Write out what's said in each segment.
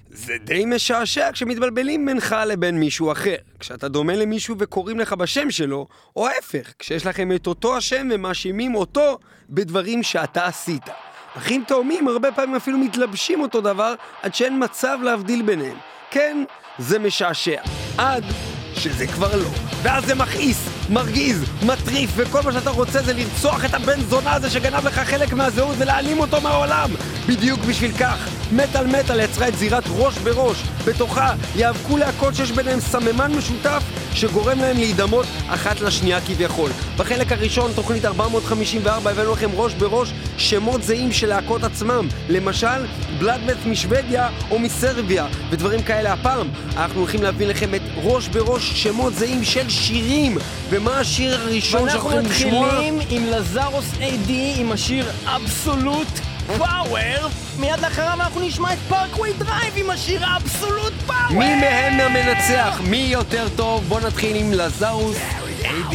זה די משעשע כשמתבלבלים בינך לבין מישהו אחר. כשאתה דומה למישהו וקוראים לך בשם שלו, או ההפך, כשיש לכם את אותו השם ומאשימים אותו בדברים שאתה עשית. אחים תאומים הרבה פעמים אפילו מתלבשים אותו דבר עד שאין מצב להבדיל ביניהם. כן, זה משעשע. עד שזה כבר לא. ואז זה מכעיס, מרגיז, מטריף, וכל מה שאתה רוצה זה לרצוח את הבן זונה הזה שגנב לך חלק מהזהות ולהעלים אותו מהעולם. בדיוק בשביל כך, מטל יצרה את זירת ראש בראש. בתוכה יאבקו להקות שיש ביניהם סממן משותף שגורם להם להידמות אחת לשנייה כביכול. בחלק הראשון, תוכנית 454, הבאנו לכם ראש בראש שמות זהים של להקות עצמם. למשל, בלאדמט משוודיה או מסרביה, ודברים כאלה. הפעם אנחנו הולכים להביא לכם את ראש בראש שמות זהים של שירים. ומה השיר הראשון שאנחנו הולכים לשמוע? ואנחנו מתחילים עם לזרוס AD עם השיר אבסולוט פאוור. מיד לאחריו אנחנו נשמע את פארקווי דרייב עם השיר אבסולוט פאוור. מי מהם המנצח? מי יותר טוב? בוא נתחיל עם לזרוס AD.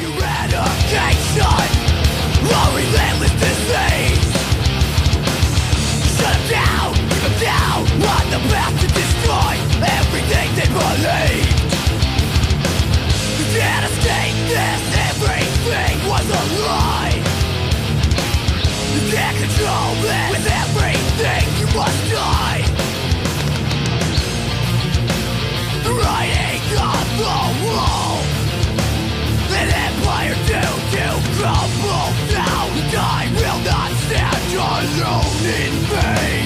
Can't escape this, everything was a lie. You can't control this, with everything you must die. The writing on the wall, an empire doomed to crumble down. And I will not stand alone in vain.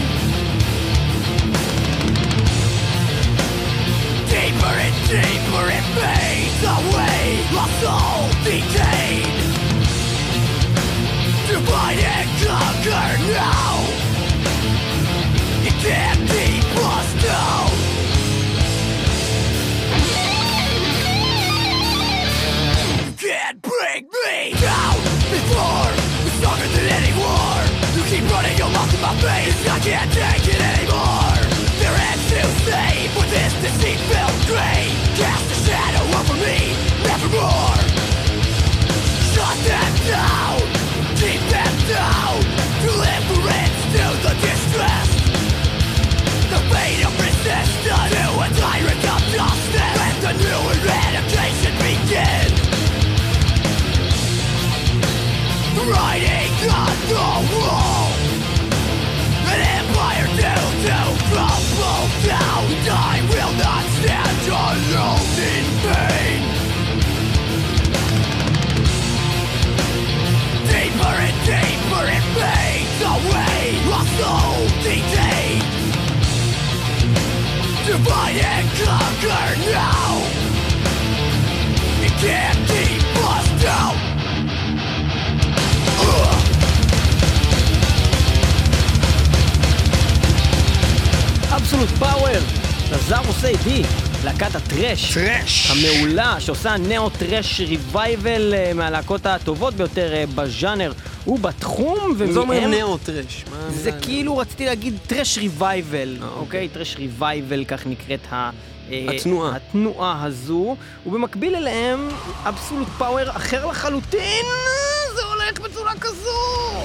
Deeper and deeper it fades away, lost soul detained. Divide and conquer now. You can't keep us down. You can't bring me down. Before, it's stronger than any war. You keep running your mouth in my face, I can't take it anymore. There is to save for this deceit-filled grave. Cast a shadow over me, nevermore. Shut them down, keep them down. Deliverance to the distressed. The fate of resistance to a tyrant of justice. Let the new eradication begin. Writing on the wall, an empire doomed to crumble down. And I will not stand alone in vain. Deeper and deeper it fades away, lost soul detained. Divide and conquer now. You can't keep us down. אבסולוט פאוור, לזרוס AD, להקת הטרש המעולה שעושה נאו טרש ריווייבל מהלהקות הטובות ביותר בז'אנר ובתחום. זה אומר נאו טרש, זה כאילו רציתי להגיד טרש ריווייבל, אוקיי? טרש ריווייבל, כך נקראת התנועה הזו, ובמקביל אליהם אבסולוט פאוור אחר לחלוטין. זה הולך בצורה כזו.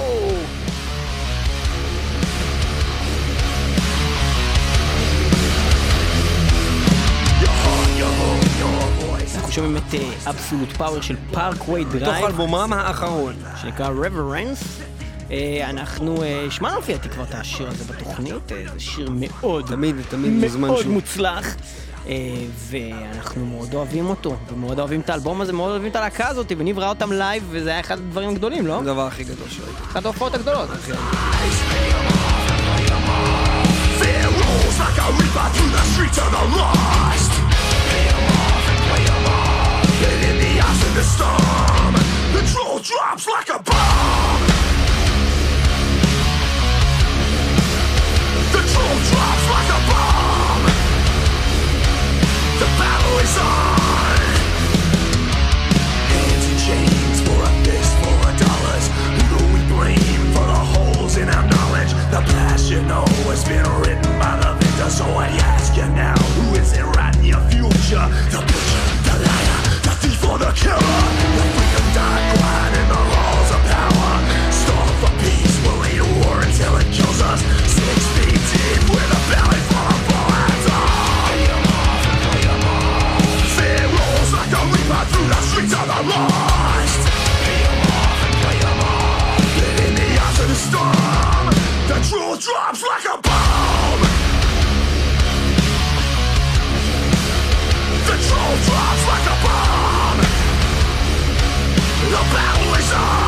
אנחנו שומעים את אבסולוט פאוור של פארקווי דרייב, תוך אלבומם האחרון שנקרא Reverence. אנחנו שמענו לפי כבר את השיר הזה בתוכנית, זה שיר מאוד מאוד מוצלח, ואנחנו מאוד אוהבים אותו, ומאוד אוהבים את האלבום הזה, מאוד אוהבים את הלהקה הזאת, וניב ראה אותם לייב, וזה היה אחד הדברים הגדולים, לא? הדבר הכי גדול שלו, אחת ההופעות הגדולות. Like a reaper through the streets of the lost. Play 'em off, get in the eyes of the storm. The troll drops like a bomb. The troll drops like a bomb. The battle is on. Hands in chains for a fistful of dollars. Who do we blame for the holes in our knowledge? The past, you know, has been written by the victor. So I ask you now, who is it writing your future? The butcher, the liar, the thief or the killer? The freedom died quiet in the halls of power. Starve for peace, we'll lead a war until it kills us. 6 feet deep with a belly full of fire. The troll drops like a bomb. The battle is on.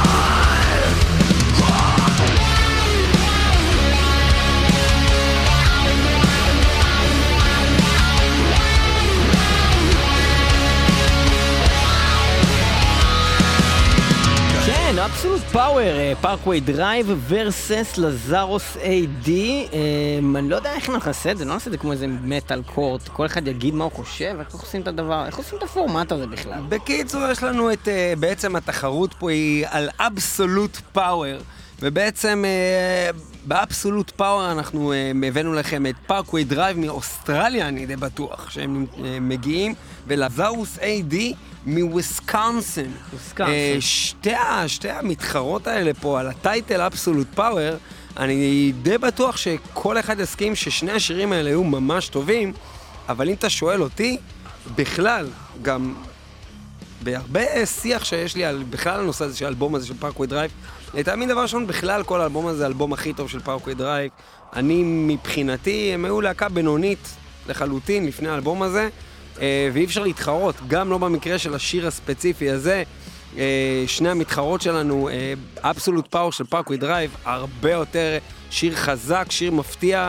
כן, אבסולוט פאוור, פארקווי דרייב ורסס לזרוס AD. אני לא יודע איך נעשה את זה, לא נעשה את זה כמו איזה מטל קורט, כל אחד יגיד מה הוא חושב, איך עושים את הדבר, איך עושים את הפורמט הזה בכלל. בקיצור, יש לנו את, בעצם התחרות פה היא על אבסולוט פאוור, ובעצם באבסולוט פאוור אנחנו הבאנו לכם את פארקווי דרייב מאוסטרליה, אני די בטוח שהם מגיעים, ולזרוס AD מוויסקונסין. שתי המתחרות האלה פה על הטייטל אבסולוט פאוור, אני די בטוח שכל אחד יסכים ששני השירים האלה היו ממש טובים, אבל אם אתה שואל אותי, בכלל, גם בהרבה שיח שיש לי על בכלל הנושא הזה של האלבום הזה של פארקווי דרייב, לתאמין דבר ראשון, בכלל כל האלבום הזה, האלבום הכי טוב של פארקווי דרייב. אני מבחינתי, הם היו להקה בינונית לחלוטין לפני האלבום הזה, ואי אפשר להתחרות, גם לא במקרה של השיר הספציפי הזה. שני המתחרות שלנו, אבסולוט פאוור של פארקווי דרייב, הרבה יותר שיר חזק, שיר מפתיע.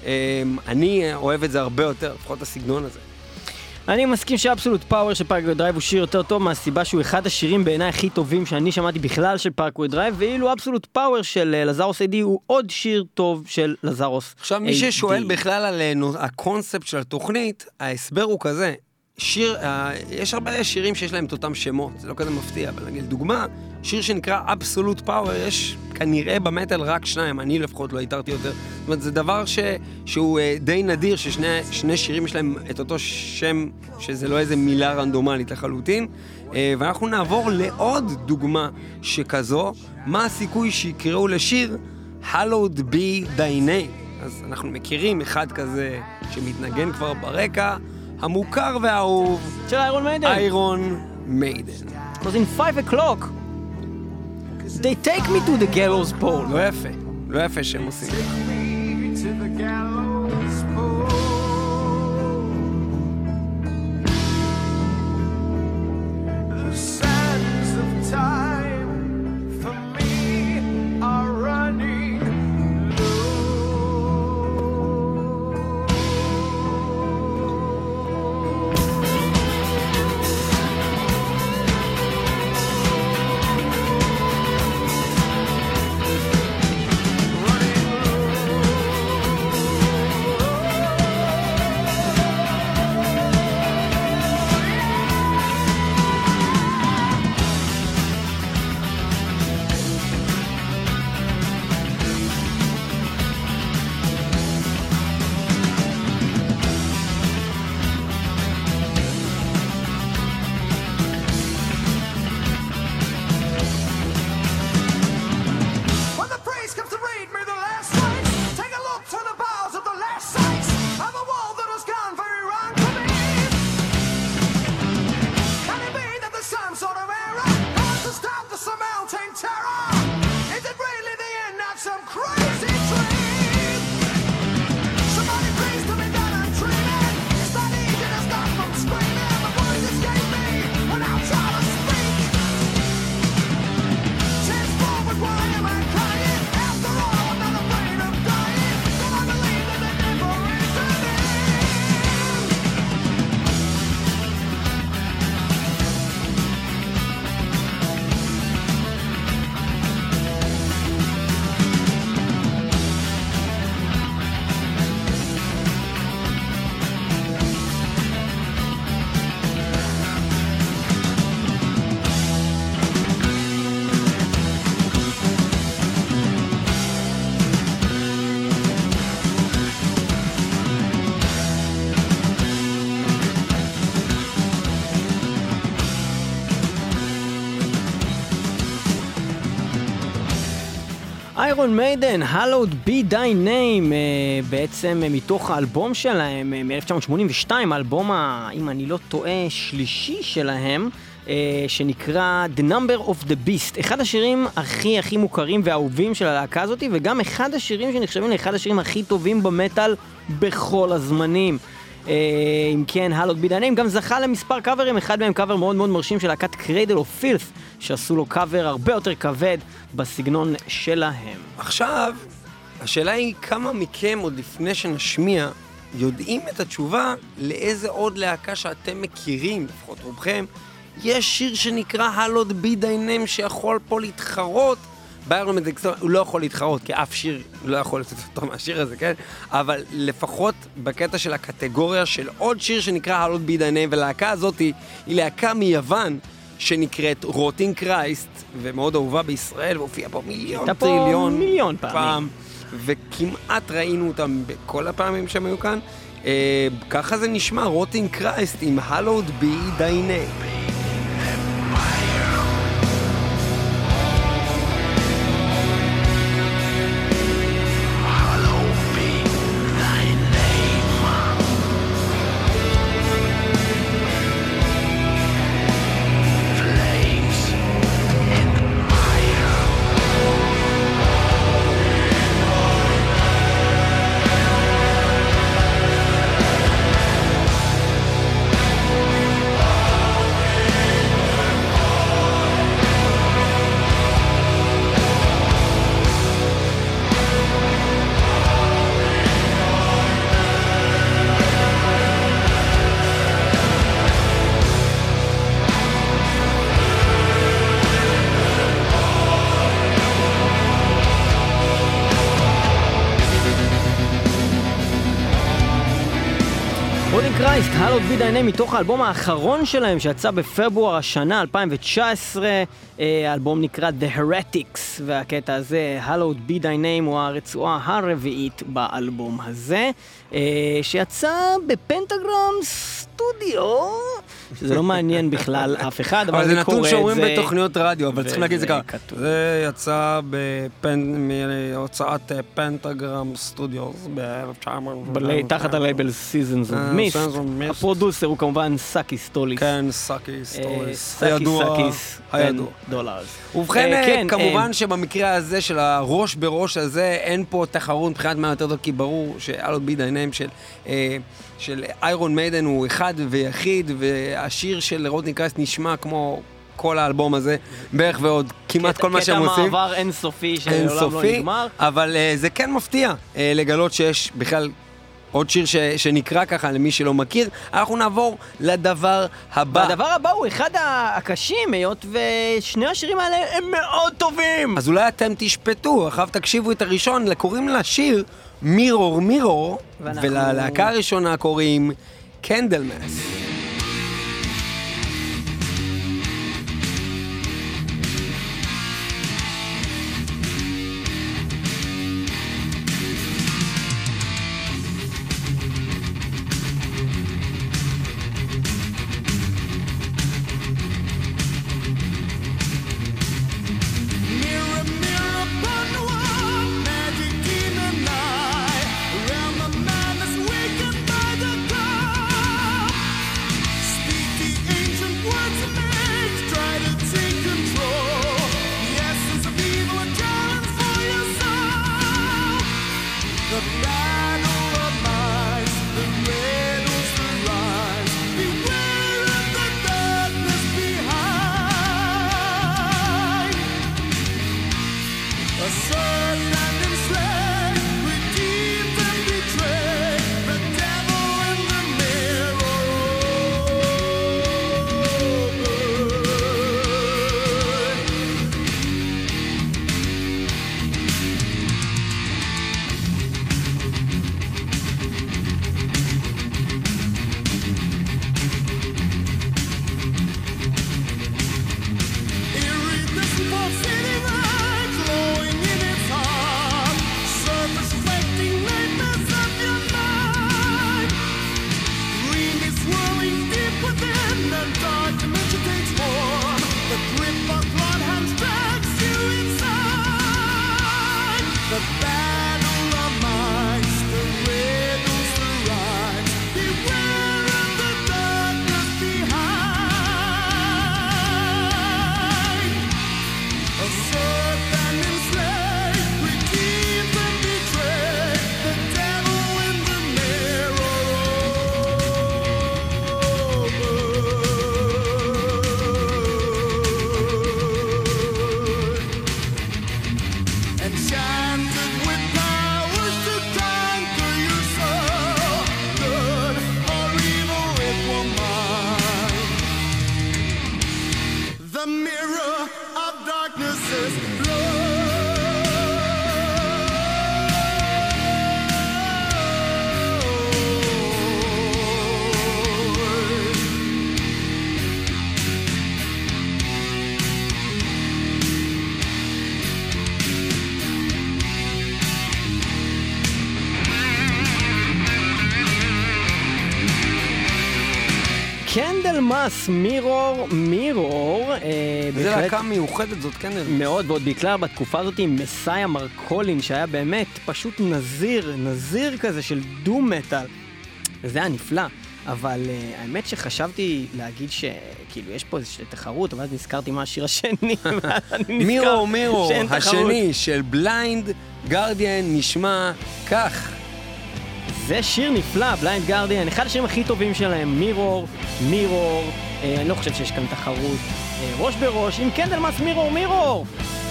אני אוהב את זה הרבה יותר, לפחות הסגנון הזה. אני מסכים שאבסולוט פאוור של פארקווי דרייב הוא שיר יותר טוב, מהסיבה שהוא אחד השירים בעיניי הכי טובים שאני שמעתי בכלל של פארקווי דרייב, ואילו אבסולוט פאוור של לזרוס AD הוא עוד שיר טוב של לזרוס AD. עכשיו, מי ששואל בכלל על הקונספט של התוכנית, ההסבר הוא כזה, יש הרבה שירים שיש להם את אותם שמות, זה לא כזה מפתיע, אבל נגיד דוגמה, שיר שנקרא אבסולוט פאוור, יש כנראה במטל רק שניים, אני לפחות לא היתרתי יותר. זאת אומרת, זה דבר שהוא די נדיר, ששני שירים יש להם את אותו שם, שזה לא איזה מילה רנדומלית לחלוטין, ואנחנו נעבור לעוד דוגמה שכזו, מה הסיכוי שיקראו לשיר Hallowed be thy name. אז אנחנו מכירים אחד כזה שמתנגן כבר ברקע, המוכר והאהוב של איירון מיידן. איירון מיידן. Because in 5 o'clock they take me to the gallows pole. לא יפה שהם עושים ככה. איירון מיידן, Hallowed be thy name, בעצם מתוך האלבום שלהם מ-1982, האלבום, אם אני לא טועה, שלישי שלהם, שנקרא The Number of the Beast, אחד השירים הכי מוכרים והאהובים של הלהקה הזאת, וגם אחד השירים שנחשבים לאחד השירים הכי טובים במטל בכל הזמנים. אם כן, Hallowed Be Thy Name גם זכה למספר קאברים, אחד מהם קאבר מאוד מאוד מרשים של להקת Cradle of Filth, שעשו לו קאבר הרבה יותר כבד בסגנון שלהם. עכשיו, השאלה היא כמה מכם עוד לפני שנשמיע יודעים את התשובה לאיזה עוד להקה שאתם מכירים, לפחות רובכם, יש שיר שנקרא Hallowed Be Thy Name שיכול פה להתחרות. באיירון מיידן הוא לא יכול להתחרות, כי אף שיר לא יכול לתת אותו מהשיר הזה, כן? אבל לפחות בקטע של הקטגוריה של עוד שיר שנקרא Hallowed Be Thy Name, ולהקה הזאת היא להקה מיוון שנקראת Rotting Christ, ומאוד אהובה בישראל, והופיעה פה מיליון פעם, וכמעט ראינו אותם בכל הפעמים שהם היו כאן. ככה זה נשמע, Rotting Christ עם Hallowed Be Thy Name. Hallowed Be Thy Name מתוך האלבום האחרון שלהם שיצא בפברואר השנה 2019, האלבום נקרא The Heretics, והקטע הזה Hallowed Be Thy Name הוא הרצועה הרביעית באלבום הזה, שיצא בפנטגרם סטודיו, שזה לא מעניין בכלל אף אחד, אבל זה נתון שאומרים בתוכניות רדיו, אבל צריכים להגיד את זה ככה, זה יצא מהוצאת פנטגרם סטודיוס ב-1900, תחת הלייבל Seasons of Mist. הפרודוסר הוא כמובן סאקי סטוליס. כן, סאקי סטוליס. הידוע. $10. ובכן, כמובן שבמקרה הזה של הראש בראש הזה, אין פה תחרות מבחינת מה יותר טוב, כי ברור ש-Hallowed Be Thy Name של איירון מיידן הוא אחד ויחיד, והשיר של Rotting Christ נשמע כמו כל האלבום הזה, בערך ועוד כמעט כל מה שהם עושים. קטע מעבר אינסופי שלעולם לא נגמר. אבל זה כן מפתיע לגלות שיש בכלל עוד שיר שנקרא ככה למי שלא מכיר. אנחנו נעבור לדבר הבא. הדבר הבא הוא אחד הקשים, היות ושני השירים האלה הם מאוד טובים. אז אולי אתם תשפטו, אחר תקשיבו את הראשון, קוראים לשיר מירור מירור, וללהקה הראשונה קוראים קנדלמס. קנדלמאס, מירור. זה להקה מיוחדת זאת, קנדל. מאוד, ועוד בעיקר בתקופה הזאת עם מסאיה מרקולין, שהיה באמת פשוט נזיר כזה של דום מטל. זה היה נפלא. אבל האמת שחשבתי להגיד שכאילו יש פה איזושהי תחרות, אבל אז נזכרתי מה השיר השני. מירור, השני של בליינד גרדיאן נשמע כך. זה שיר נפלא, בליינד גרדיאן, אחד השירים הכי טובים שלהם, מירור, אני לא חושב שיש כאן תחרות. ראש בראש עם קנדלמאס, מירור.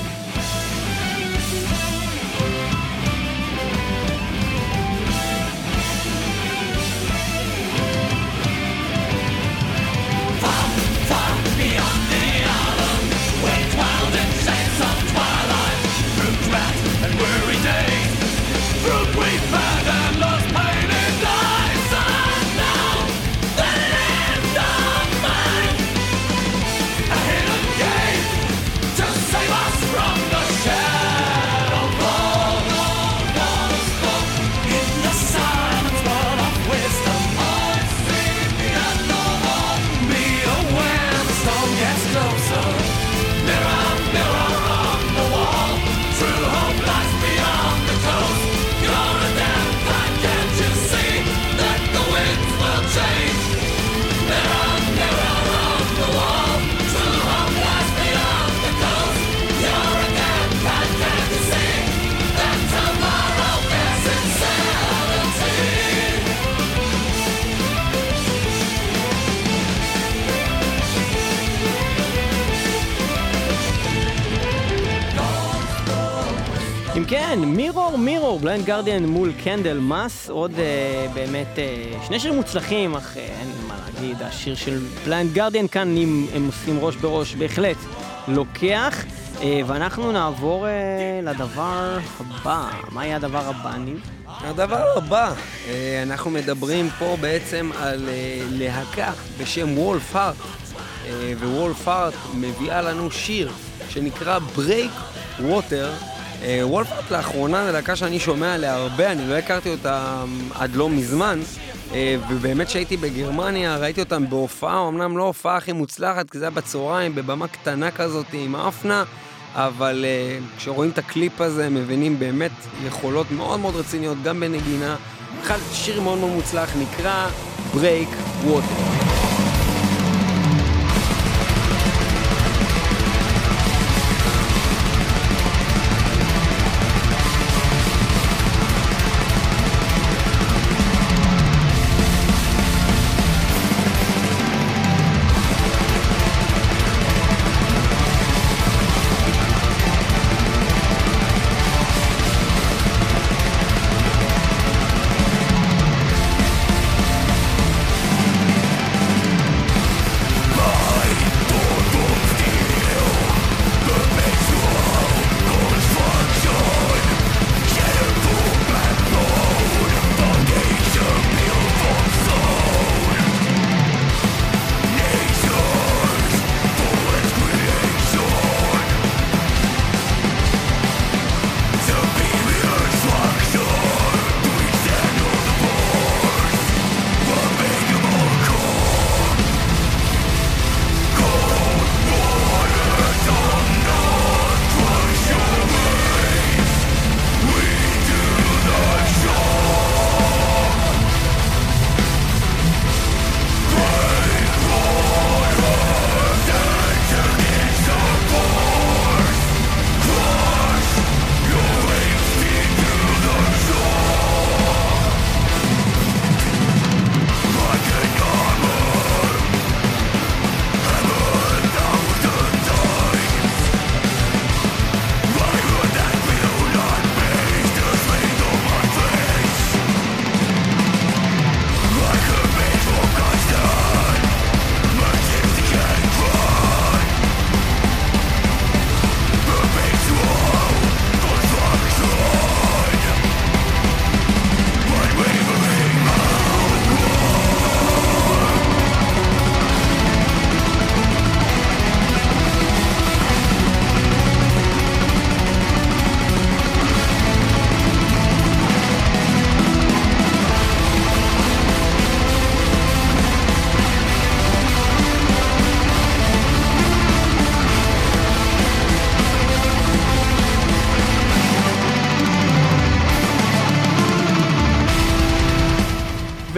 כן, מירור, בליינד גרדיאן מול קנדלמאס, עוד באמת שני שירים מוצלחים, אך אין מה להגיד, השיר של בליינד גרדיאן כאן הם עושים ראש בראש, בהחלט לוקח, ואנחנו נעבור לדבר הבא. מה יהיה הדבר הבא, ניב? הדבר הבא, אנחנו מדברים פה בעצם על להקה בשם וולף הארט, ווולף הארט מביאה לנו שיר שנקרא ברייק ווטר. וולף הארט לאחרונה זה להקה שאני שומע עליה הרבה, אני לא הכרתי אותה עד לא מזמן, ובאמת שהייתי בגרמניה ראיתי אותם בהופעה, אמנם לא הופעה הכי מוצלחת, כי זה היה בצהריים, בבמה קטנה כזאת עם האפנה, אבל כשרואים את הקליפ הזה מבינים באמת יכולות מאוד מאוד רציניות, גם בנגינה. אחד שיר מאוד מאוד מוצלח נקרא ברייק ווטר.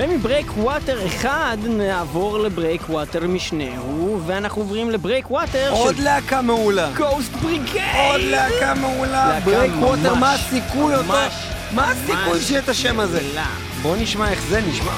ומברייק ווטר אחד נעבור לברייק ווטר משנהו, ואנחנו עוברים לברייק ווטר עוד להקה מעולה. גוסט בריגייד. עוד להקה מעולה. ברייק ווטר, מה הסיכוי אותו? מה הסיכוי שיהיה את השם הזה? בוא נשמע איך זה נשמע.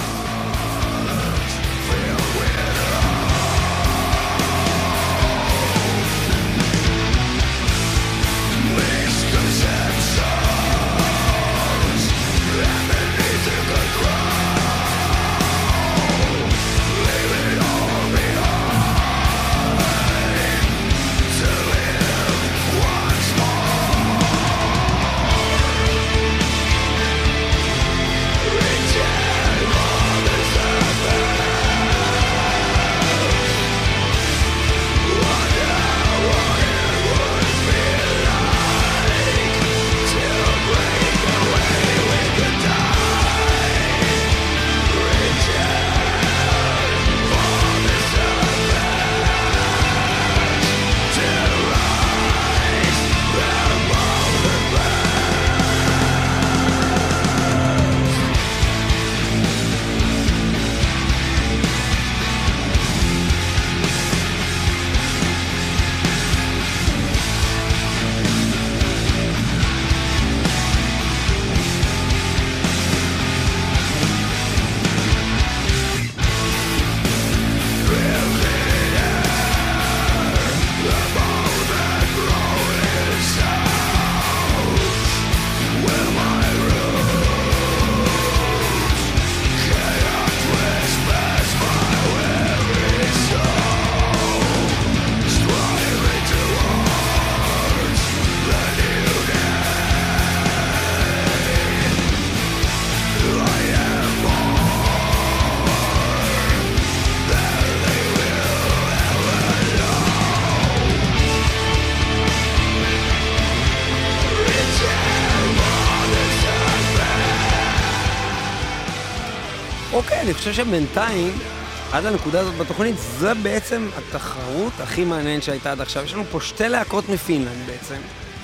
אוקיי, אני חושב שבינתיים, עד הנקודה הזאת בתוכנית, זה בעצם התחרות הכי מעניינת שהייתה עד עכשיו. יש לנו פה שתי להקות מפינלנד בעצם,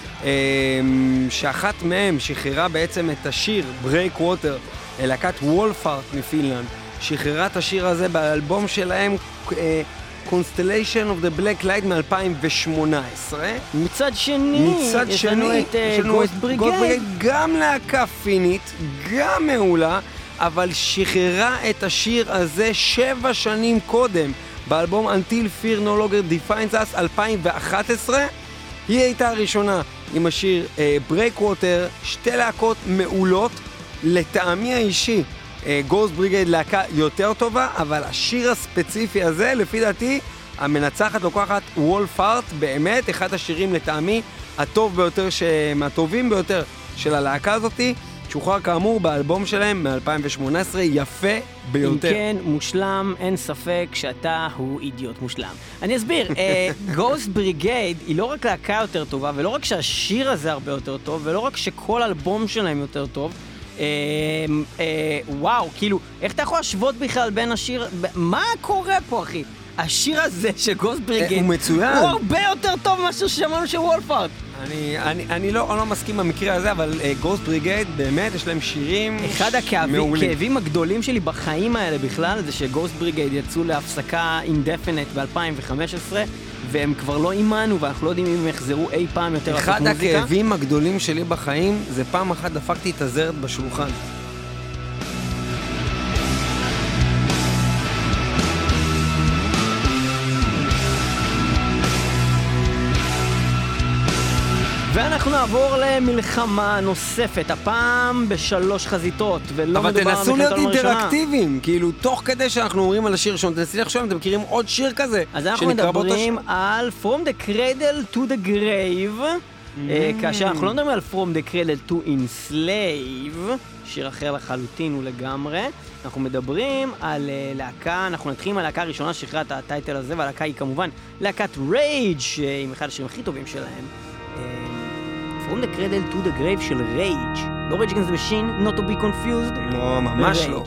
שאחת מהם שחררה בעצם את השיר ברייק ווטר, להקת וולפארט מפינלנד, שחררה את השיר הזה באלבום שלהם, Constellation of the Black Light מ-2018. מצד שני, יש לנו את גוסט בריגייד. גם להקה פינית, גם מעולה, אבל שחררה את השיר הזה 7 שנים קודם, באלבום Until Fear No Longer Defines Us 2011. היא הייתה הראשונה עם השיר Break Water, שתי להקות מעולות, לטעמי האישי. גוסט בריגייד להקה יותר טובה, אבל השיר הספציפי הזה, לפי דעתי, המנצחת לוקחת וולפארט, באמת אחד השירים לטעמי הטוב ביותר, מהטובים ביותר של הלהקה הזאתי, שוחרר כאמור באלבום שלהם מ-2018, יפה ביותר. אם כן, מושלם, אין ספק שאתה הוא אידיוט מושלם. אני אסביר, גוסט בריגייד היא לא רק להקה יותר טובה, ולא רק שהשיר הזה הרבה יותר טוב, ולא רק שכל אלבום שלהם יותר טוב, וואו, כאילו, איך אתה יכול להשוות בכלל בין השיר, מה קורה פה, אחי? השיר הזה של גוסט בריגייד הוא מצוין. הוא הרבה יותר טוב מאשר ששמענו של וולפארט. אני לא מסכים במקרה הזה, אבל גוסט בריגייד באמת יש להם שירים מעולים. אחד הכאבים הגדולים שלי בחיים האלה בכלל זה שגוסט בריגייד יצאו להפסקה אינדפינט ב-2015, והם כבר לא אימנו, ואנחנו לא יודעים אם הם יחזרו אי פעם יותר לעשות מוזיקה. אחד הכאבים הגדולים שלי בחיים זה פעם אחת דפקתי את הזרת בשולחן. ואנחנו נעבור למלחמה נוספת, הפעם ב3 חזיתות, ולא מדובר על מלחמת העולם הראשונה. אבל תנסו להיות אינטראקטיביים, כאילו תוך כדי שאנחנו אומרים על השיר ראשון, תנסי לחשוב אם אתם מכירים עוד שיר כזה. אז אנחנו מדברים על From the Cradle to the Grave, כאשר אנחנו לא מדברים על From the Cradle to Enslave, שיר אחר לחלוטין ולגמרי. אנחנו מדברים על להקה, אנחנו נתחילים על להקה הראשונה ששחררה את הטייטל הזה, והלהקה היא כמובן להקת Rage, עם אחד השירים הכי טובים שלהם. From the Cradle to the Grave של Rage. לא Rage Against the Machine, not to be confused. לא, ממש לא.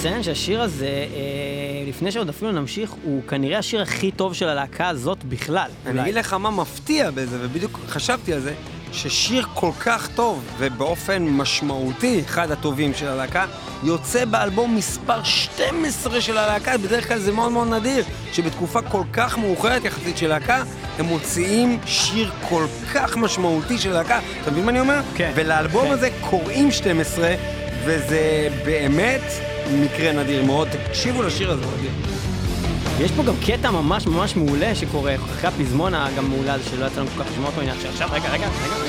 לציין שהשיר הזה, לפני שעוד אפילו נמשיך, הוא כנראה השיר הכי טוב של הלהקה הזאת בכלל. אני אגיד לך מה מפתיע בזה, ובדיוק חשבתי על זה, ששיר כל כך טוב ובאופן משמעותי, אחד הטובים של הלהקה, יוצא באלבום מספר 12 של הלהקה. בדרך כלל זה מאוד מאוד נדיר שבתקופה כל כך מאוחרת יחסית של להקה הם מוציאים שיר כל כך משמעותי של להקה. אתה מבין מה אני אומר? כן. ולאלבום הזה קוראים 12, וזה באמת מקרה נדיר מאוד. תקשיבו לשיר הזה, נדיר. יש פה גם קטע ממש ממש מעולה שקורה אחרי הפזמון גם מעולה הזה שלא יצא לנו כל כך לשמוע אותו. הנה עכשיו, רגע.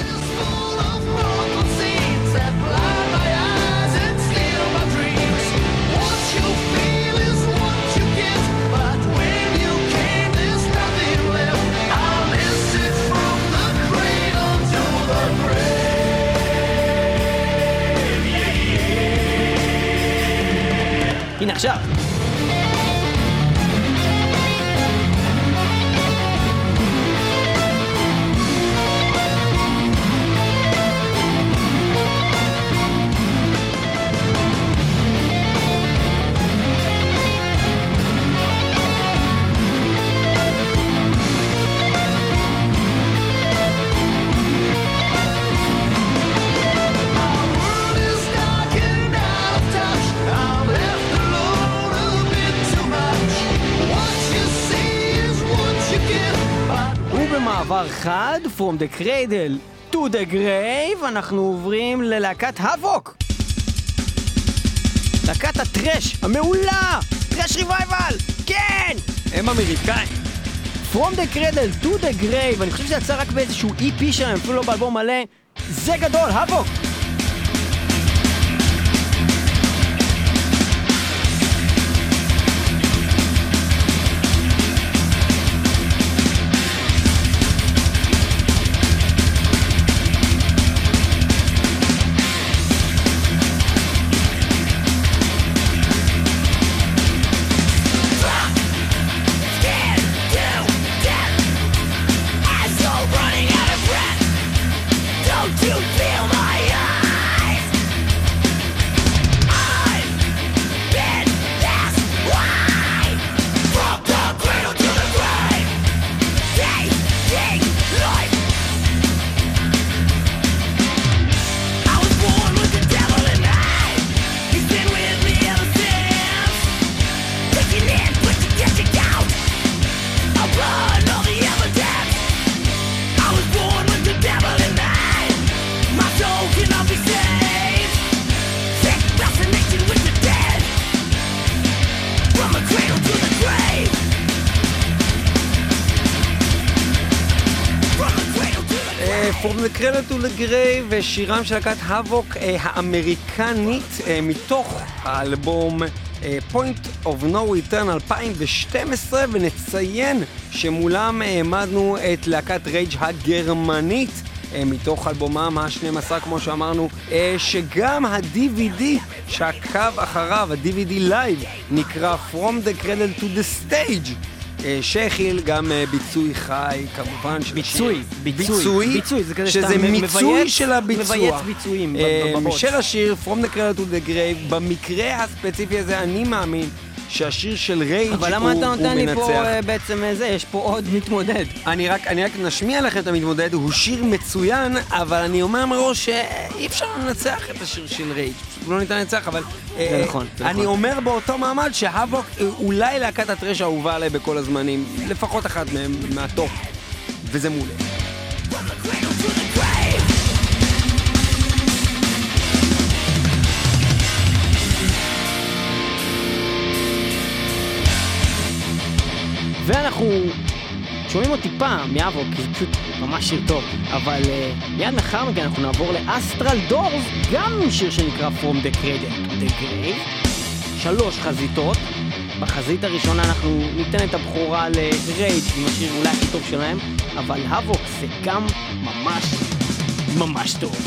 הנה עכשיו. מעבר חד, From the Cradle to the Grave, אנחנו עוברים ללהקת הבוק. להקת הטרש המעולה, טרש ריווייבל, כן! הם אמריקאים. From the Cradle to the Grave, אני חושב שזה יצא רק באיזשהו EP שלהם, אפילו לא באלבום מלא. זה גדול, הבוק! From the Cradle to the Grave ושירם של להקת הבוק האמריקנית מתוך האלבום Point of No Return 2012, ונציין שמולם העמדנו את להקת רייג' הגרמנית מתוך אלבומם ה-12 כמו שאמרנו, שגם ה-DVD שעקב אחריו, ה-DVD Live, נקרא From the Cradle to the Stage, שהכיל גם ביצוי חי, כמובן. ביצוי, שזה מיצוי של הביצוע. מבייץ ביצועים בבוט. של השיר From the Cradle to the Grave. במקרה הספציפי הזה אני מאמין שהשיר של רייג' הוא מנצח. אבל למה אתה נותן לי פה בעצם זה? יש פה עוד מתמודד. אני רק נשמיע לכם את המתמודד, הוא שיר מצוין, אבל אני אומר מראש שאי אפשר לנצח את השיר של רייג'. הוא לא ניתן לנצח, אבל זה נכון. אני אומר באותו מעמד שהבוק אולי להקת הטרש האהובה עליי בכל הזמנים, לפחות אחת מהם מהטופ, וזה מעולה. ואנחנו שומעים עוד טיפה מאבוק, כי זה פשוט ממש שיר טוב, אבל מיד מחר מכן אנחנו נעבור לאסטרל דורס, גם שיר שנקרא From the Cradle to the Grave. 3 חזיתות. בחזית הראשונה אנחנו ניתן את הבחורה לרייג' עם השיר אולי הכי טוב שלהם, אבל הבוק זה גם ממש ממש טוב.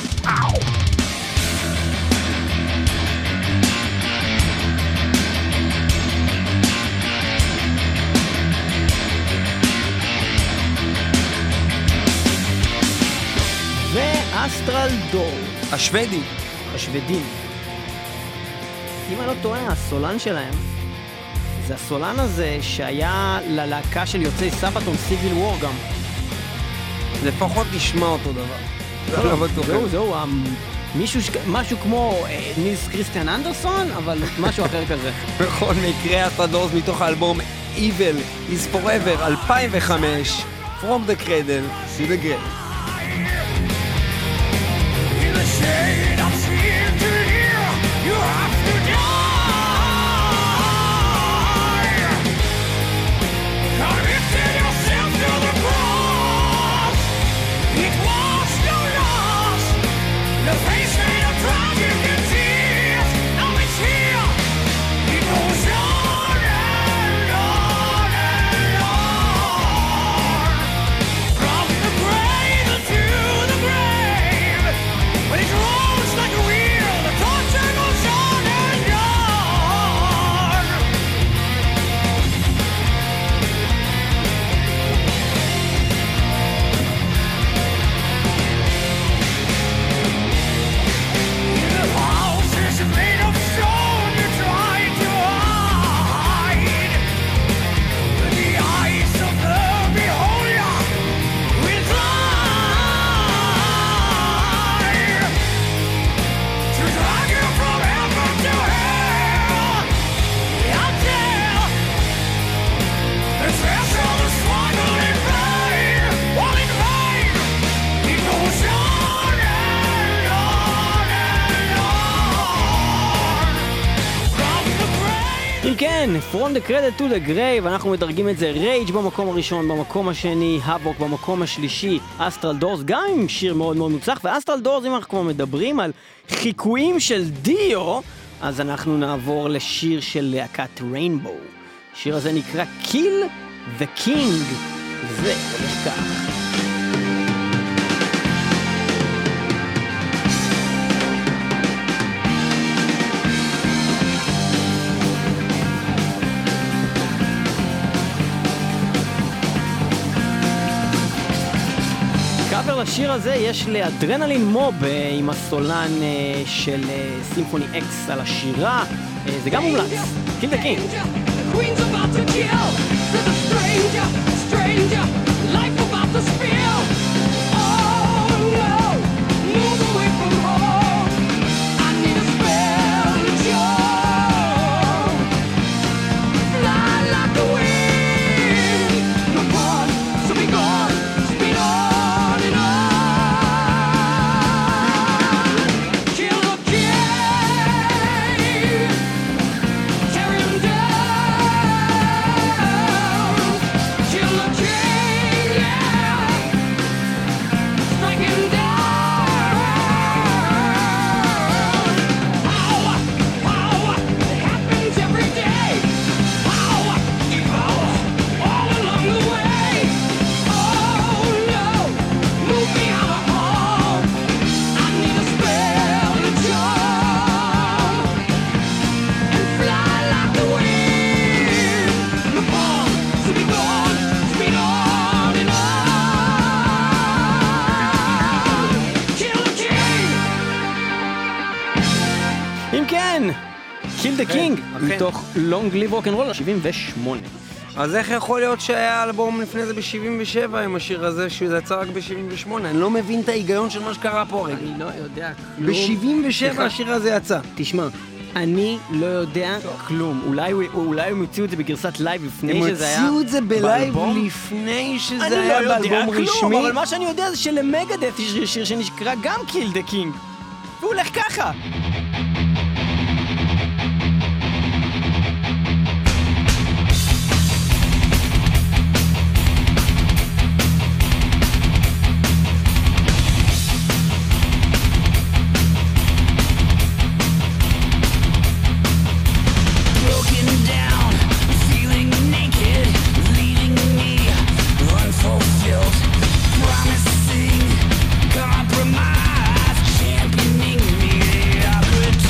ואסטרל דורס. השוודים. אם אני לא טועה, הסולן שלהם, זה הסולן הזה שהיה ללהקה של יוצאי סבתון סיביל וור גם. לפחות נשמע אותו דבר. זהו, משהו כמו ניס קריסטיאן אנדרסון, אבל משהו אחר כזה. בכל מקרה, אסטרדורס מתוך האלבום Evil is Forever 2005, From the Cradle to the Grave. In the shade of fear to hear, you have to die. Committed yourself to the cross. It was no loss. The face made of tragic and tears. Now it's here. It goes on and on and on. From the cradle to the grave. When it rolls like a wheel, the torture goes on and on. In the houses made of stone, you try to hide. The eyes of the beholder will try to drag you from heaven to hell. Until the threshold is struggle in vain, all in vain. It goes on and on and on. From the grave. אם כן, From the Cradle to the Grave, אנחנו מדרגים את זה רייג' במקום הראשון, במקום השני, Havoc במקום השלישי, אסטרל דורס, גם עם שיר מאוד מאוד מוצלח, ואסטרל דורס, אם אנחנו כבר מדברים על חיקויים של דיו, אז אנחנו נעבור לשיר של להקת ריינבו. השיר הזה נקרא Kill the King, זה הולך כך. קאבר לשיר הזה יש לאדרנלין מוב עם הסולן של סימפוני אקס על השירה, זה גם מומלץ, Kill the King. The queen's about to kill. There's a stranger, life about to spill. Oh no, move away from home. I need a spell to show. Fly like the wind. No pause, so be gone. Speed on and on. Kill the king. Tear him down. Kill the king, yeah. Strike him down. Power, it happens every day. Power, all along the way. Oh no, move me out of home. I need a spell to jump and fly like the wind. No pause, so be gone, speed on and on. Kill the king. אם כן, Kill the King, אכן. מתוך Long Live Rock'n'Roll 78. אז איך יכול להיות שהיה אלבום לפני זה ב-77 עם השיר הזה, שזה יצא רק ב-78? אני לא מבין את ההיגיון של מה שקרה פה הרגע. אני לא יודע כלום. ב-77 השיר הזה יצא. תשמע, אני לא יודע כלום. אולי הם הוציאו את זה בגרסת לייב לפני שזה היה... הם הוציאו את זה בלייב באלבום? לפני שזה אני היה לא יודע באלבום כלום, רשמי. אבל מה שאני יודע זה שלמגדף יש שיר שנקרא גם Kill the King. והוא הולך ככה. Broken down, feeling naked, leaving me unfulfilled. Promising compromise, championing mediocrity.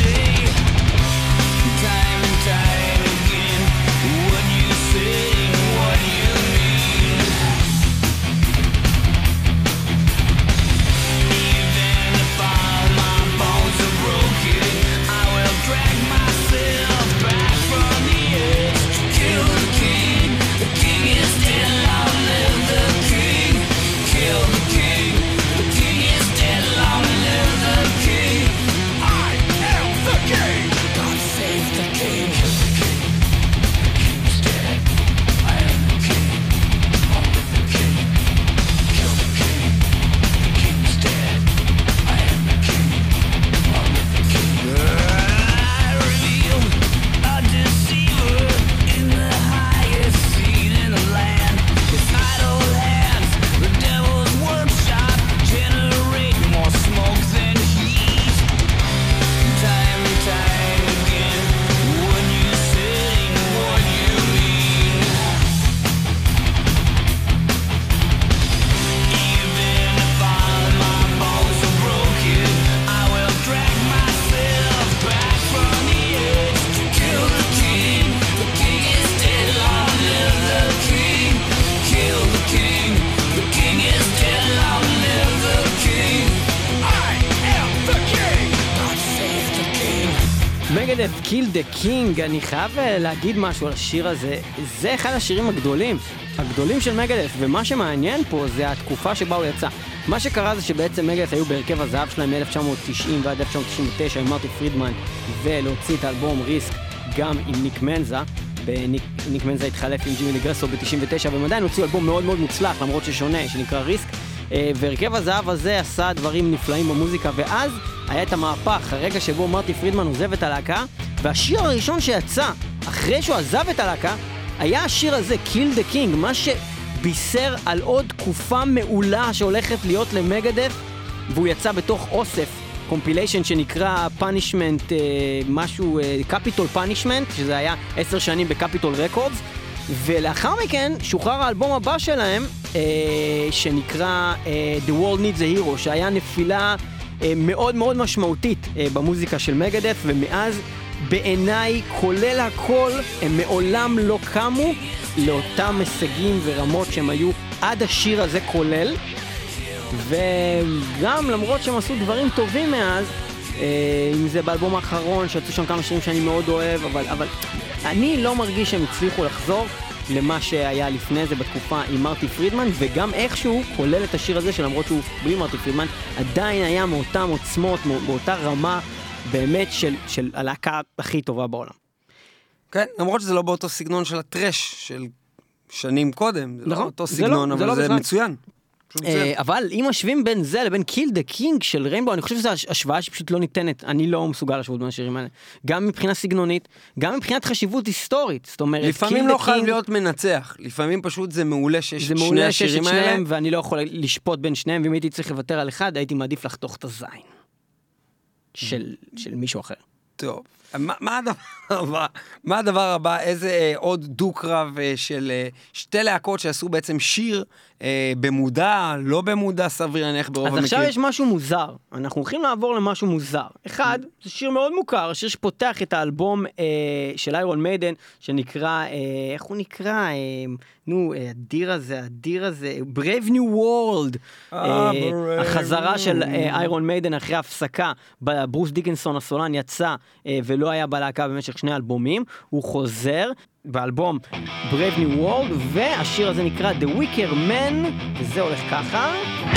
מגדף, Kill the King, אני חייב להגיד משהו על השיר הזה. זה אחד השירים הגדולים של מגדף, ומה שמעניין פה זה התקופה שבה הוא יצא. מה שקרה זה שבעצם מגדף היו בהרכב הזהב שלהם מ-1990 ועד 1999 עם מרטי פרידמן, ולהוציא את האלבום ריסק גם עם ניק מנזה. ניק מנזה התחלף עם ג'ימי לגרסו ב-99, והם עדיין הוציאו אלבום מאוד מאוד מוצלח, למרות ששונה, שנקרא ריסק. והרכב הזהב הזה עשה דברים נפלאים במוזיקה, ואז היה את המהפך, הרגע שבו מרטי פרידמן עוזב את הלהקה, והשיר הראשון שיצא אחרי שהוא עזב את הלהקה היה השיר הזה, Kill the King, מה שבישר על עוד תקופה מעולה שהולכת להיות למגדף, והוא יצא בתוך אוסף קומפיליישן שנקרא פאנישמנט, משהו, קפיטול פאנישמנט, שזה היה 10 שנים בקפיטול רקורדס, ולאחר מכן שוחרר האלבום הבא שלהם, שנקרא The World Needs a Hero, שהיה נפילה מאוד מאוד משמעותית במוזיקה של מגדף, ומאז בעיניי, כולל הכל, הם מעולם לא קמו לאותם הישגים ורמות שהם היו עד השיר הזה כולל, וגם למרות שהם עשו דברים טובים מאז, אם זה באלבום האחרון, שיצאו שם כמה שירים שאני מאוד אוהב, אבל אני לא מרגיש שהם הצליחו לחזור למה שהיה לפני זה בתקופה עם מרטי פרידמן, וגם איכשהו כולל את השיר הזה שלמרות שהוא בלי מרטי פרידמן, עדיין היה מאותם עוצמות, באותה רמה באמת של הלהקה הכי טובה בעולם. כן, למרות שזה לא באותו סגנון של הטרש של שנים קודם, זה לא אותו סגנון, אבל זה מצוין. אבל אם משווים בין זה לבין Kill the King של ריינבו, אני חושב שזו השוואה שפשוט לא ניתנת, אני לא מסוגל להשוות בין השירים האלה, גם מבחינה סגנונית, גם מבחינת חשיבות היסטורית, זאת אומרת, לפעמים לא חייב להיות מנצח, לפעמים פשוט זה מעולה שיש שני השירים האלה, ואני לא יכול לשפוט בין שניהם, ואם הייתי צריך לוותר על אחד, הייתי מעדיף לחתוך את הזין של מישהו אחר. טוב, מה הדבר הבא? איזה עוד דו-קרב של שתי להקות שעשו בעצם שיר במודע, לא במודע, סביר להניח ברוב המקרים. אז עכשיו יש משהו מוזר, אנחנו הולכים לעבור למשהו מוזר. אחד, זה שיר מאוד מוכר, שיר שפותח את האלבום של איירון מיידן, שנקרא, איך הוא נקרא? הדיר הזה, Brave New World, החזרה של איירון מיידן אחרי הפסקה, ברוס דיקנסון הסולן יצא ולא היה בלהקה במשך 2 אלבומים, הוא חוזר באלבום Brave New World, והשיר הזה נקרא The Wicker Man, וזה הולך ככה.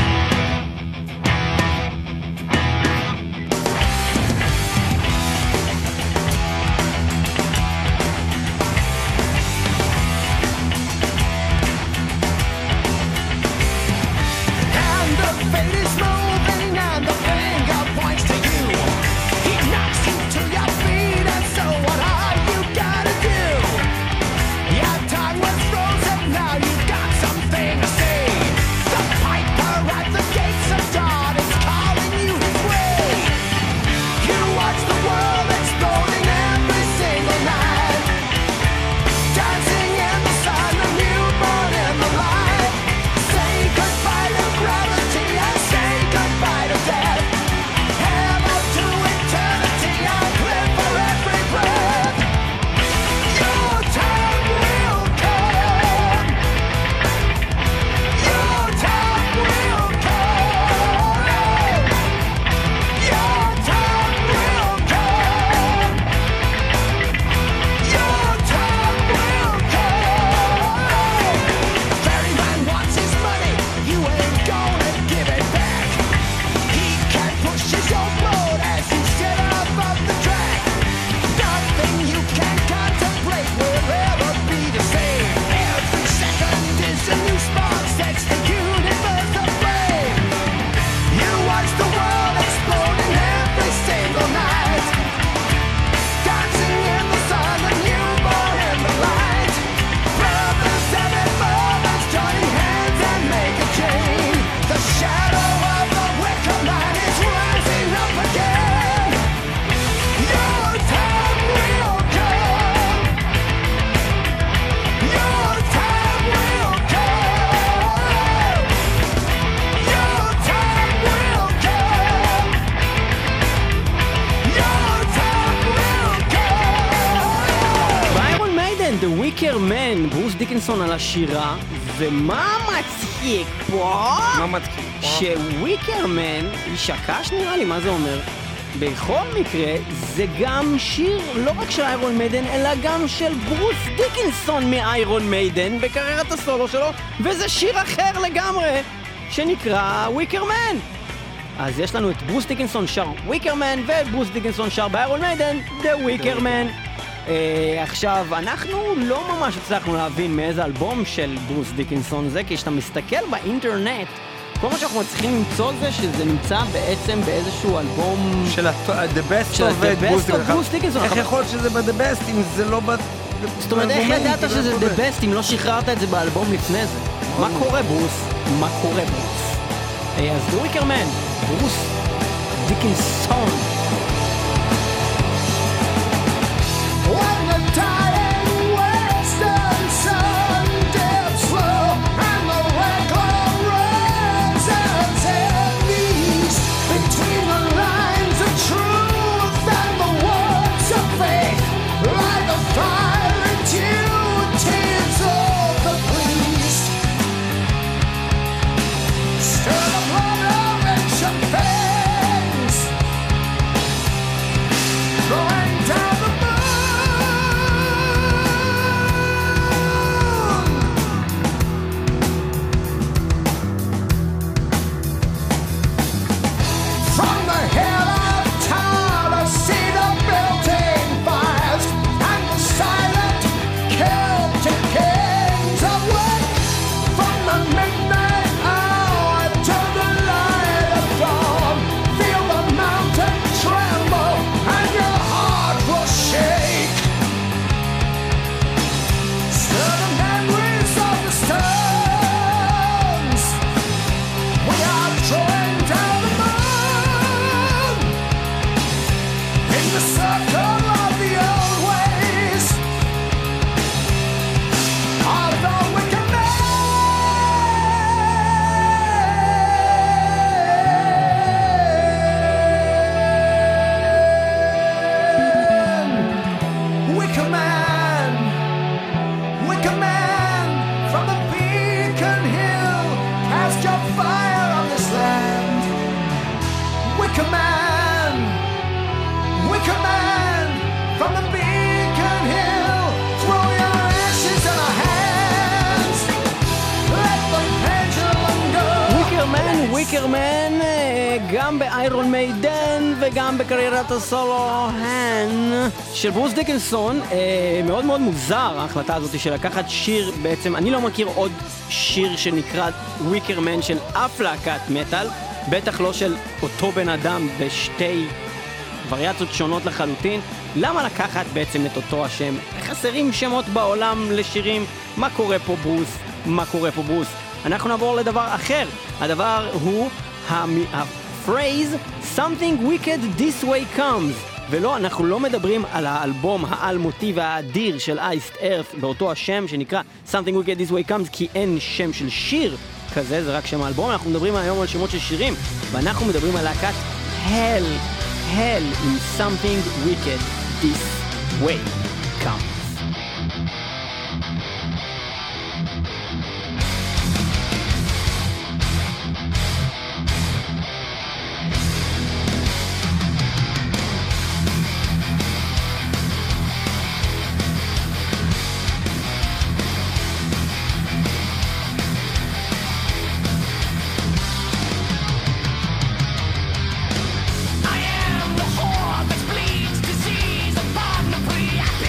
ברוס דיקנסון על השירה, ומה מצחיק פה? מה מצחיק פה? שוויקרמן היא שקש נראה לי, מה זה אומר? בכל מקרה, זה גם שיר לא רק של איירון מיידן, אלא גם של ברוס דיקנסון מאיירון מיידן בקריירת הסולו שלו, וזה שיר אחר לגמרי, שנקרא וויקרמן. אז יש לנו את ברוס דיקנסון שר וויקרמן, וברוס דיקנסון שר באיירון מיידן, The וויקרמן. עכשיו, אנחנו לא ממש הצלחנו להבין מאיזה אלבום של ברוס דיקנסון זה, כי כשאתה מסתכל באינטרנט, כל מה שאנחנו מצליחים למצוא זה שזה נמצא בעצם באיזשהו אלבום של The Best of ברוס דיקנסון. איך יכול להיות שזה ב-The Best אם זה לא זאת אומרת, איך ידעת שזה The Best אם לא שחררת את זה באלבום לפני זה? מה קורה ברוס? מה קורה ברוס? אז The וויקרמן, ברוס דיקנסון. וויקרמן גם באיירון מיידן וגם בקריירת הסולו של ברוס דיקנסון. מאוד מאוד מוזר ההחלטה הזאת של לקחת שיר, בעצם אני לא מכיר עוד שיר שנקרא וויקרמן של אף להקת מטל, בטח לא של אותו בן אדם בשתי וריאציות שונות לחלוטין. למה לקחת בעצם את אותו השם? חסרים שמות בעולם לשירים. מה קורה פה ברוס? מה קורה פה ברוס? אנחנו נעבור לדבר אחר. הדבר הוא הפרייז Something Wicked This Way Comes. ולא, אנחנו לא מדברים על האלבום האלמותי והאדיר של Iced Earth באותו השם שנקרא Something Wicked This Way Comes, כי אין שם של שיר כזה, זה רק שם האלבום. אנחנו מדברים היום על שמות של שירים, ואנחנו מדברים על להקת Hell in Something Wicked This Way Comes. I am the whore that bleeds disease upon the free.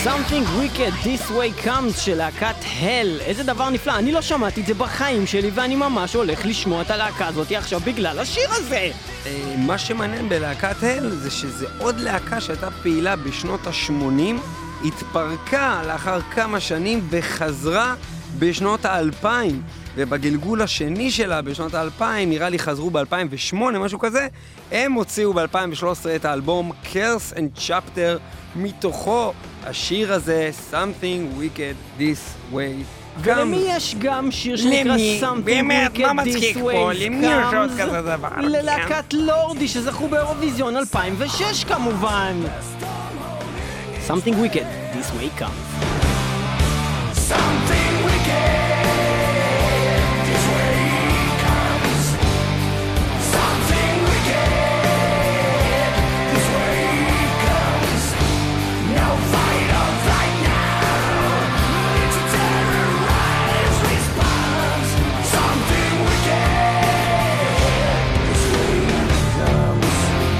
Something Wicked This Way Comes של להקת הל. איזה דבר נפלא, אני לא שמעתי את זה בחיים שלי ואני ממש הולך לשמוע את הלהקה הזאת עכשיו בגלל השיר הזה. מה שמעניין בלהקת הל זה שזה עוד להקה שהייתה פעילה בשנות ה-80, התפרקה לאחר כמה שנים וחזרה בשנות ה-2000, ובגלגול השני שלה בשנות ה-2000, נראה לי חזרו ב-2008, משהו כזה, הם הוציאו ב-2013 את האלבום Curse and Chapter, מתוכו השיר הזה, Something Wicked This Way Comes. ולמי יש גם שיר שנקרא Something Wicked This Way Comes? ללהקת לורדי שזכו באירוויזיון 2006 כמובן. Something Wicked This Way Comes. Something wicked this way comes. Something wicked this way comes. No fight or flight now. It's a terrorized response. Something wicked this way comes.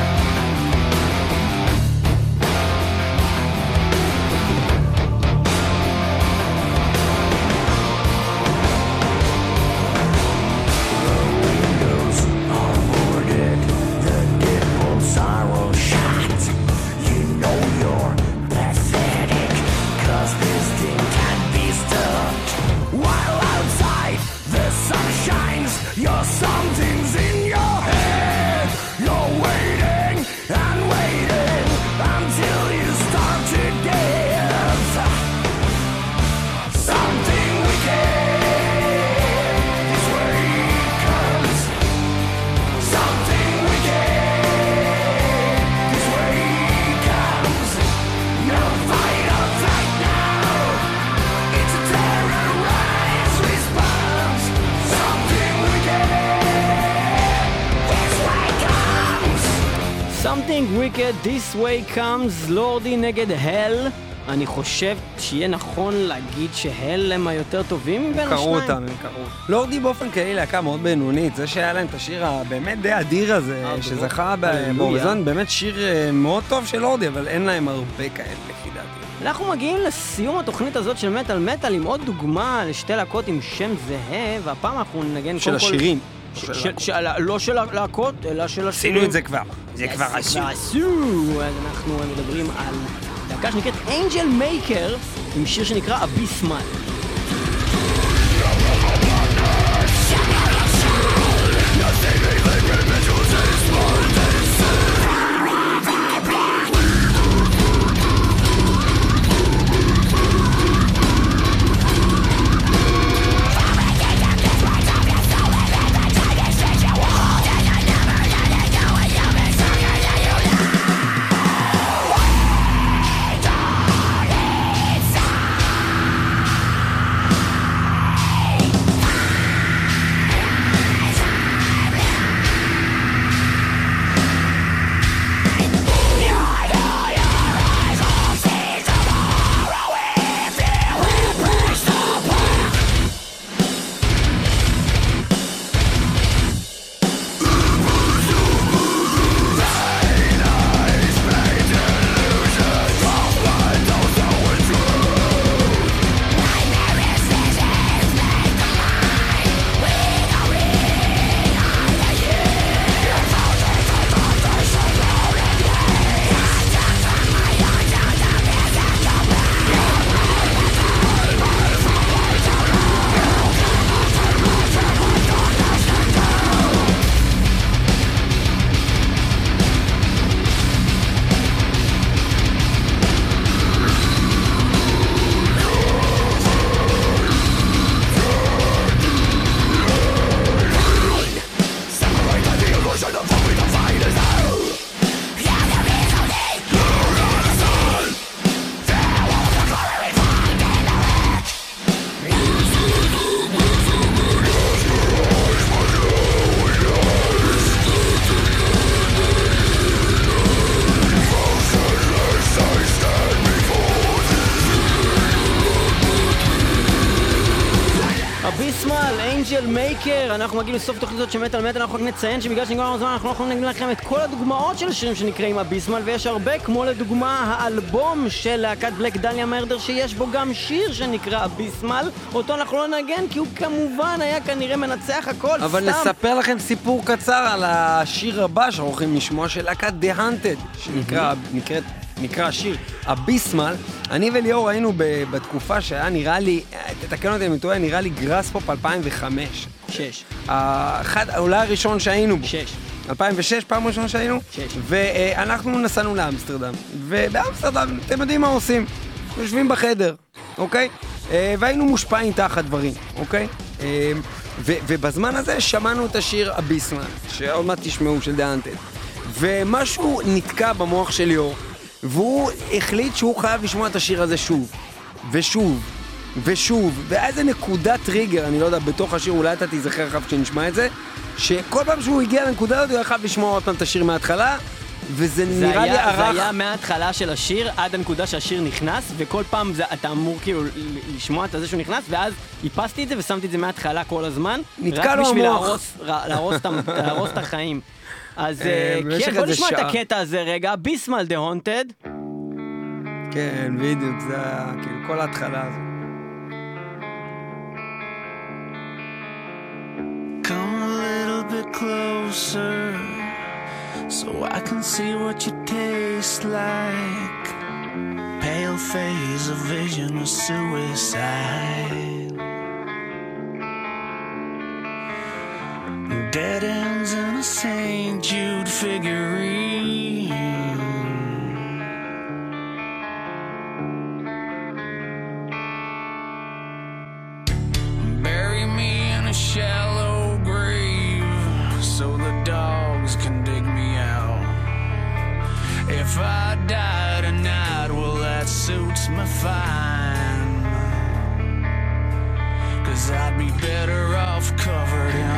Sorrow shot. You know you're pathetic, 'cause this thing can't be stopped. While outside the sun shines, your something's in your head. You're waiting and waiting until you starve to death. Something wicked this way comes. Something wicked this way comes. No fight or flight now. It's a terrorized response. Something wicked this way comes. Something Wicked This Way Comes, לורדי נגד הל. אני חושב שיהיה נכון להגיד שהל הם היותר טובים בין קראו השניים. אותם, הם קראו. לורדי באופן כללי להקה מאוד בינונית, זה שהיה להם את השיר הבאמת די אדיר הזה, שזכה באירוויזיון, באמת שיר מאוד טוב של לורדי, אבל אין להם הרבה כאלה לפי דעתי. אנחנו מגיעים לסיום התוכנית הזאת של מטל מטל עם עוד דוגמה לשתי להקות עם שם זהה, והפעם אנחנו נגן של השירים. לא של הלהקות, אלא של השירים. עשינו את זה כבר, זה כבר עשו. אז אנחנו מדברים על להקה שנקראת אנג'ל מייקר, עם שיר שנקרא אביסמל. בוקר, אנחנו מגיעים לסוף תוכנית של מטל מטל, אנחנו רק נציין שבגלל שנגמר לנו זמן אנחנו לא יכולים להגיד לכם את כל הדוגמאות של השירים שנקראים אביסמל, ויש הרבה, כמו לדוגמה האלבום של להקת בלק דליה מרדר שיש בו גם שיר שנקרא אביסמל, אותו אנחנו לא נגן כי הוא כמובן היה כנראה מנצח הכל. אבל נספר לכם סיפור קצר על השיר הבא שאנחנו הולכים לשמוע של להקת The Hunted, שנקרא השיר אביסמל. אני וליאור היינו בתקופה שהיה נראה לי, תתקן אותי אם טועה, נראה לי גראספופ 2005. 6. אולי הראשון שהיינו בו. 6. 2006, פעם ראשון שהיינו. 6. ואנחנו נסענו לאמסטרדם. ובאמסטרדם, אתם יודעים מה עושים? יושבים בחדר, אוקיי? והיינו מושפעים תחת דברים, אוקיי? ובזמן הזה שמענו את השיר אביסמל, שעוד מעט תשמעו, של The Hunted. ומשהו נתקע במוח של ליאור. והוא החליט שהוא חייב לשמוע את השיר הזה שוב, ושוב, ושוב, והיה איזה נקודת טריגר, אני לא יודע, בתוך השיר, אולי אתה תיזכר אחר שנשמע את זה, שכל פעם שהוא הגיע לנקודה הזאת, הוא היה חייב לשמוע עוד פעם את השיר מההתחלה, וזה נראה לי ערך... זה היה מההתחלה של השיר עד הנקודה שהשיר נכנס, וכל פעם אתה אמור כאילו לשמוע את זה שהוא נכנס, ואז איפסתי את זה ושמתי את זה מההתחלה כל הזמן, נתקע לו המוח. רק בשביל להרוס את החיים. אז כן, בוא נשמע את הקטע הזה רגע, אביסמל The Hunted. כן, בדיוק, זה כאילו כל ההתחלה הזו. Come a little bit closer so I can see what you taste like. Pale phase, a vision of suicide. Dead ends in a St. Jude figurine. Bury me in a shallow grave so the dogs can dig me out. If I die tonight, well that suits me fine. 'Cause I'd be better off covered in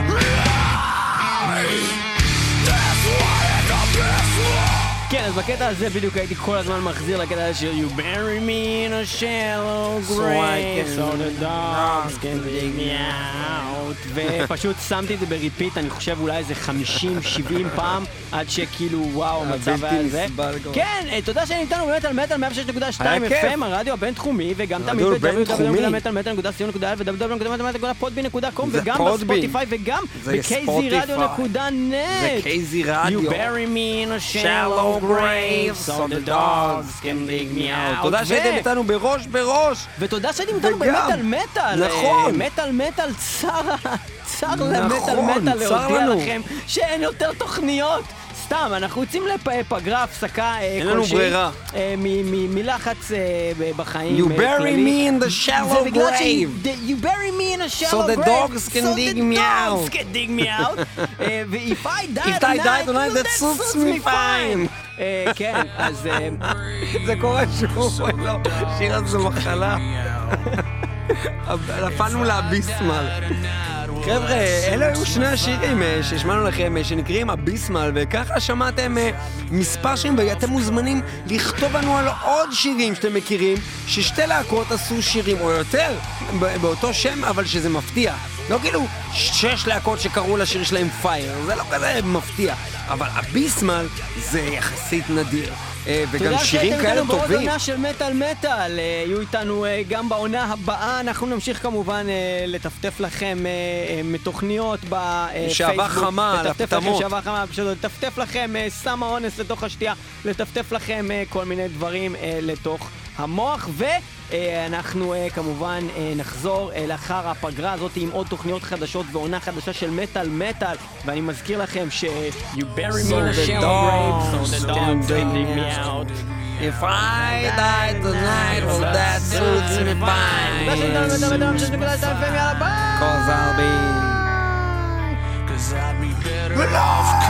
כן, אז בקטע הזה בדיוק הייתי כל הזמן מחזיר לקטע הזה של You bury me in a shallow grave so the dogs can dig me out ופשוט שמתי את זה בריפיט, אני חושב אולי איזה 50-70 פעם עד שכאילו וואו, המצב היה על זה. כן, תודה שנמתנו באמת על מטל 106.2 FM, הרדיו הבינתחומי, וגם תמיד ב-www.metalmetal.co.il ו-www.metalmetal.podbean.com וגם בספוטיפיי וגם ב-kzradio.net. זה KZ רדיו. You bury me in a shallow grave so the dogs can dig me out. תודה שהייתם איתנו בראש. ותודה שהייתם איתנו במטל מטל. נכון. מטל מטל צר למטל מטל להודיע לכם שאין יותר תוכניות. סתם, אנחנו יוצאים לפגרה, הפסקה כלשהי. אין לנו ברירה. מלחץ בחיים. You bury me in the shallow grave. You bury me in a shallow grave. So the dogs can dig me out. So the dogs can dig me out. If I die tonight, that suits me fine. כן, אז... זה קורה שוב, שיר הזה מחלה. נפלנו לאביסמל. חבר'ה, אלה היו שני השירים שהשמענו לכם שנקראים אביסמל, וככה שמעתם מספר שירים, ואתם מוזמנים לכתוב לנו על עוד שירים שאתם מכירים, ששתי להקות עשו שירים או יותר באותו שם, אבל שזה מפתיע. לא כאילו 6 להקות שקראו לשיר שלהם פייר, זה לא כזה מפתיע, אבל אביסמל זה יחסית נדיר. וגם שירים כאלה טובים. תודה שאתם איתנו בעוד עונה של מטל מטל, יהיו איתנו גם בעונה הבאה, אנחנו נמשיך כמובן לטפטף לכם מתוכניות בפייסבוק. שעבר חמה על הפתמות. שעבר חמה, לטפטף לכם סם האונס לתוך השתייה, לטפטף לכם כל מיני דברים לתוך המוח, ואנחנו כמובן נחזור לאחר הפגרה הזאת עם עוד תוכניות חדשות ועונה חדשה של מטל מטל, ואני מזכיר לכם ש You bury me in a shallow grave so the dogs can dig me out. If I die tonight, well that suits me fine. Cause I'll be better off